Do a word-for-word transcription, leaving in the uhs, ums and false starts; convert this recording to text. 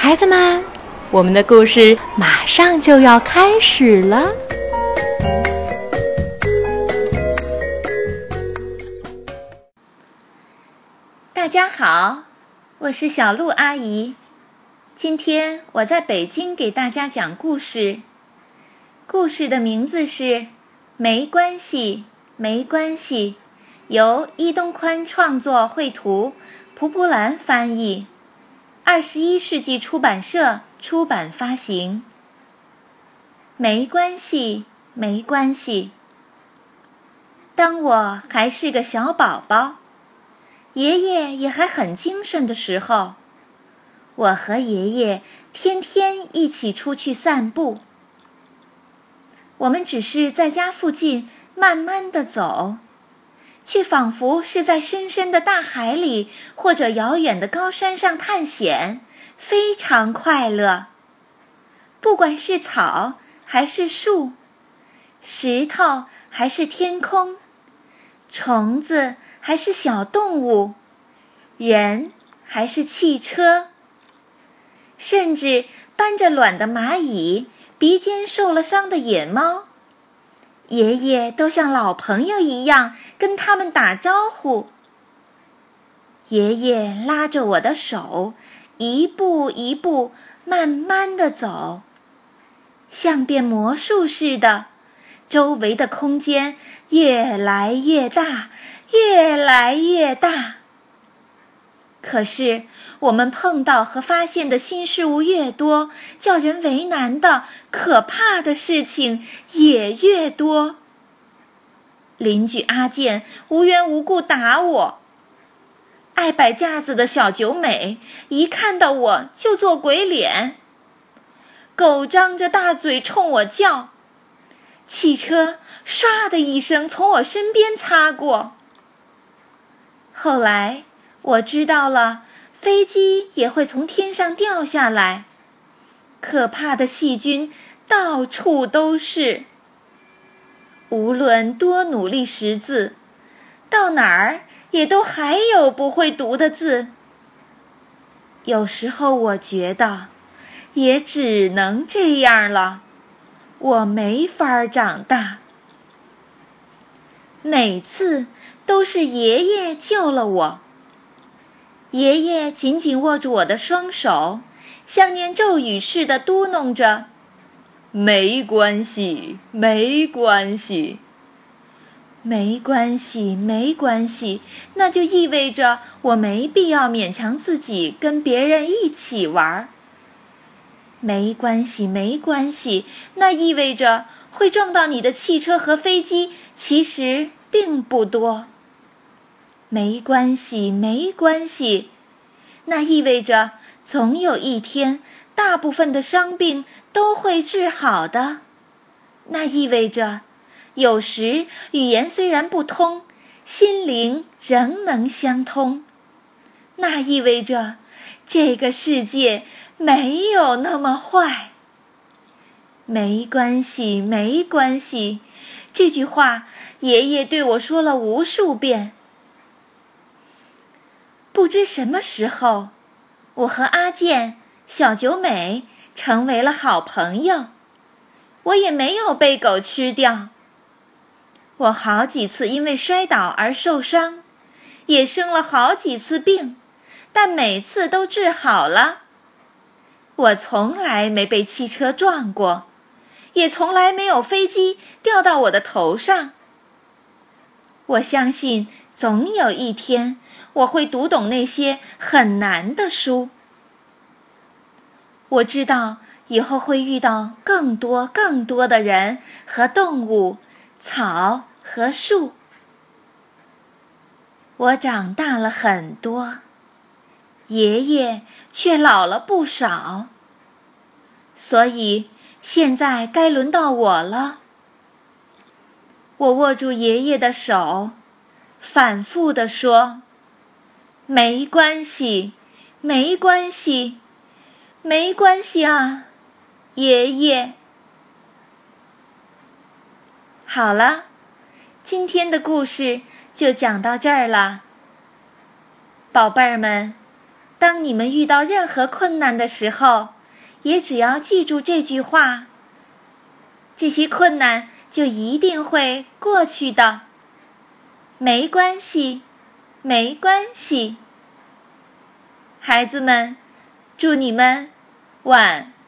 孩子们，我们的故事马上就要开始了。 大家好，我是小鹿阿姨。今天我在北京给大家讲故事，故事的名字是《没关系，没关系》，由伊东宽创作绘图，蒲蒲兰翻译，二十一世纪出版社出版发行。没关系，没关系。当我还是个小宝宝，爷爷也还很精神的时候，我和爷爷天天一起出去散步。我们只是在家附近慢慢地走，却仿佛是在深深的大海里或者遥远的高山上探险，非常快乐。不管是草还是树，石头还是天空，虫子还是小动物，人还是汽车，甚至搬着卵的蚂蚁，鼻尖受了伤的野猫，爷爷都像老朋友一样跟他们打招呼。爷爷拉着我的手，一步一步慢慢地走，像变魔术似的，周围的空间越来越大，越来越大。可是我们碰到和发现的新事物越多，叫人为难的可怕的事情也越多。邻居阿健无缘无故打我，爱摆架子的小九美一看到我就做鬼脸，狗张着大嘴冲我叫，汽车唰的一声从我身边擦过。后来我知道了，飞机也会从天上掉下来，可怕的细菌到处都是。无论多努力识字，到哪儿也都还有不会读的字。有时候我觉得，也只能这样了，我没法长大。每次都是爷爷救了我。爷爷紧紧握住我的双手，像念咒语似的嘟哝着，没关系，没关系。没关系，没关系，那就意味着我没必要勉强自己跟别人一起玩。没关系，没关系，那意味着会撞到你的汽车和飞机其实并不多。没关系，没关系，那意味着总有一天大部分的伤病都会治好的。那意味着有时语言虽然不通，心灵仍能相通。那意味着这个世界没有那么坏。没关系，没关系，这句话爷爷对我说了无数遍。不知什么时候，我和阿健、小九美成为了好朋友，我也没有被狗吃掉。我好几次因为摔倒而受伤，也生了好几次病，但每次都治好了。我从来没被汽车撞过，也从来没有飞机掉到我的头上。我相信总有一天我会读懂那些很难的书。我知道以后会遇到更多更多的人和动物，草和树。我长大了很多，爷爷却老了不少，所以现在该轮到我了。我握住爷爷的手，反复地说，没关系，没关系，没关系啊，爷爷。好了，今天的故事就讲到这儿了。宝贝儿们， 当你们遇到任何困难的时候，也只要记住这句话，这些困难就一定会过去的。没关系，没关系。孩子们，祝你们晚